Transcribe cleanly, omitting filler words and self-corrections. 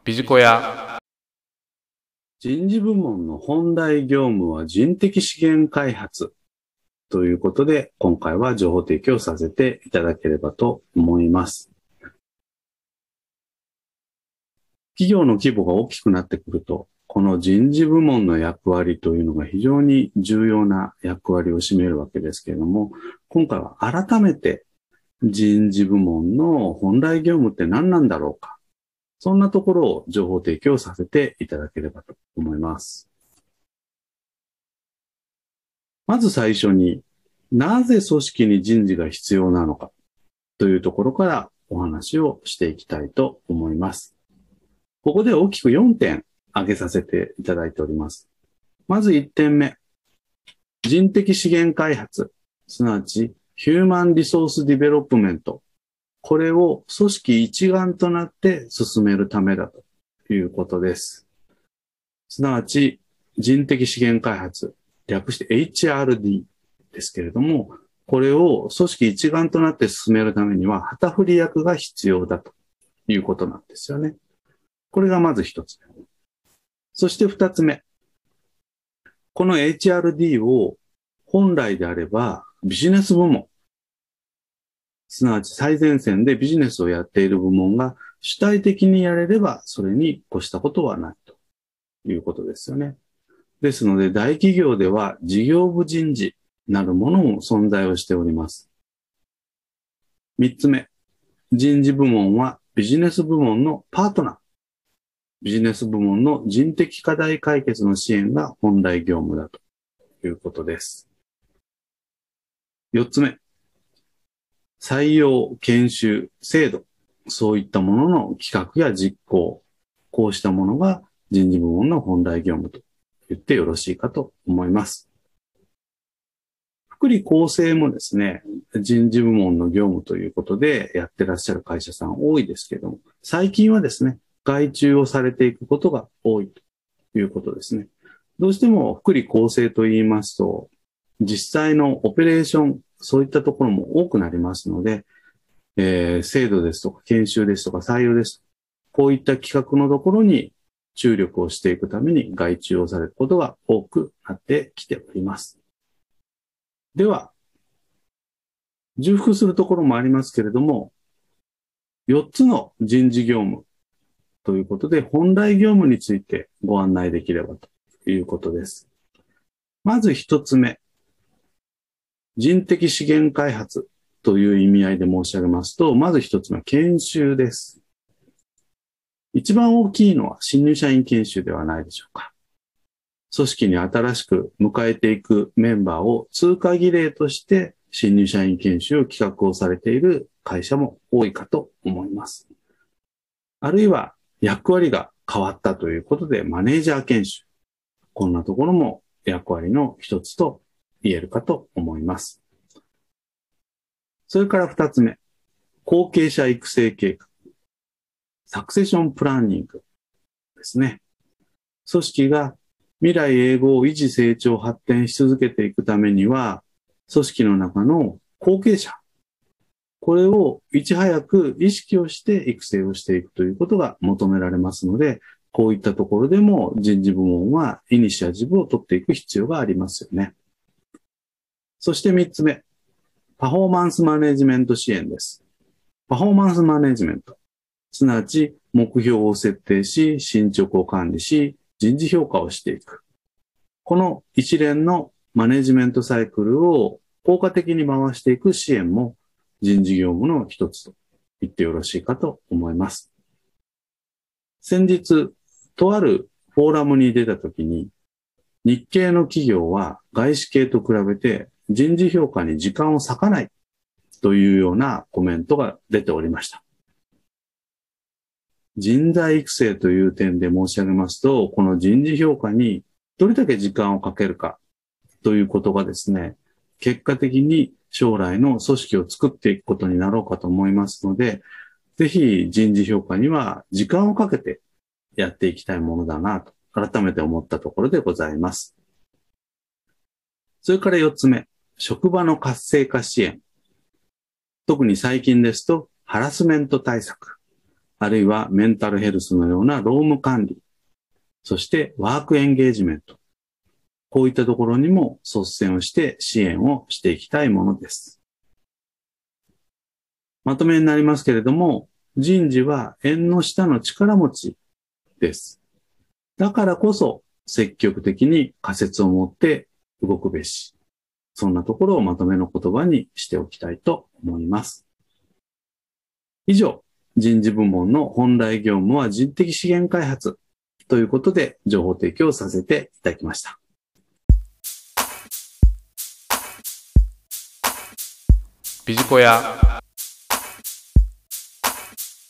ビジコヤ人事部門の本来業務は人的資源開発ということで、今回は情報提供させていただければと思います。企業の規模が大きくなってくると、この人事部門の役割というのが非常に重要な役割を占めるわけですけれども、今回は改めて人事部門の本来業務って何なんだろうか。そんなところを情報提供させていただければと思います。まず最初に、なぜ組織に人事が必要なのかというところからお話をしていきたいと思います。ここで大きく4点挙げさせていただいております。まず1点目、人的資源開発、すなわちヒューマンリソースディベロップメント。これを組織一丸となって進めるためだということです。すなわち人的資源開発、略して HRD ですけれども、これを組織一丸となって進めるためには旗振り役が必要だということなんですよね。これがまず一つ目。そして二つ目。この HRD を本来であればビジネス部門、すなわち最前線でビジネスをやっている部門が主体的にやれればそれに越したことはないということですよね。ですので大企業では事業部人事なるものも存在をしております。三つ目、人事部門はビジネス部門のパートナー。ビジネス部門の人的課題解決の支援が本来業務だということです。四つ目、採用、研修、制度、そういったものの企画や実行、こうしたものが人事部門の本来業務と言ってよろしいかと思います。福利厚生もですね、人事部門の業務ということでやってらっしゃる会社さん多いですけども、最近はですね、外注をされていくことが多いということですね。どうしても福利厚生と言いますと、実際のオペレーション、そういったところも多くなりますので、制度ですとか研修ですとか採用です。こういった企画のところに注力をしていくために外注をされることが多くなってきております。では、重複するところもありますけれども、4つの人事業務ということで、本来業務についてご案内できればということです。まず1つ目、人的資源開発という意味合いで申し上げますと、まず1つ目は研修です。一番大きいのは新入社員研修ではないでしょうか。組織に新しく迎えていくメンバーを通過儀礼として新入社員研修を企画をされている会社も多いかと思います。あるいは役割が変わったということでマネージャー研修。こんなところも役割の一つと言えるかと思います。それから二つ目。後継者育成計画。サクセションプランニングですね。組織が未来永劫維持成長発展し続けていくためには、組織の中の後継者、これをいち早く意識をして育成をしていくということが求められますので、こういったところでも人事部門はイニシアチブを取っていく必要がありますよね。そして三つ目、パフォーマンスマネジメント支援です。パフォーマンスマネジメント。すなわち目標を設定し、進捗を管理し、人事評価をしていく。この一連のマネジメントサイクルを効果的に回していく支援も人事業務の一つと言ってよろしいかと思います。先日、とあるフォーラムに出たときに、日系の企業は外資系と比べて人事評価に時間を割かないというようなコメントが出ておりました。人材育成という点で申し上げますと、この人事評価にどれだけ時間をかけるかということがですね、結果的に将来の組織を作っていくことになろうかと思いますので、ぜひ人事評価には時間をかけてやっていきたいものだなと改めて思ったところでございます。それから4つ目、職場の活性化支援。特に最近ですとハラスメント対策。 あるいはメンタルヘルスのような労務管理、そしてワークエンゲージメント、こういったところにも率先をして支援をしていきたいものです。まとめになりますけれども、人事は縁の下の力持ちです。だからこそ積極的に仮説を持って動くべし。そんなところをまとめの言葉にしておきたいと思います。以上、人事部門の本来業務は人的資源開発ということで情報提供させていただきました。 ビジコヤ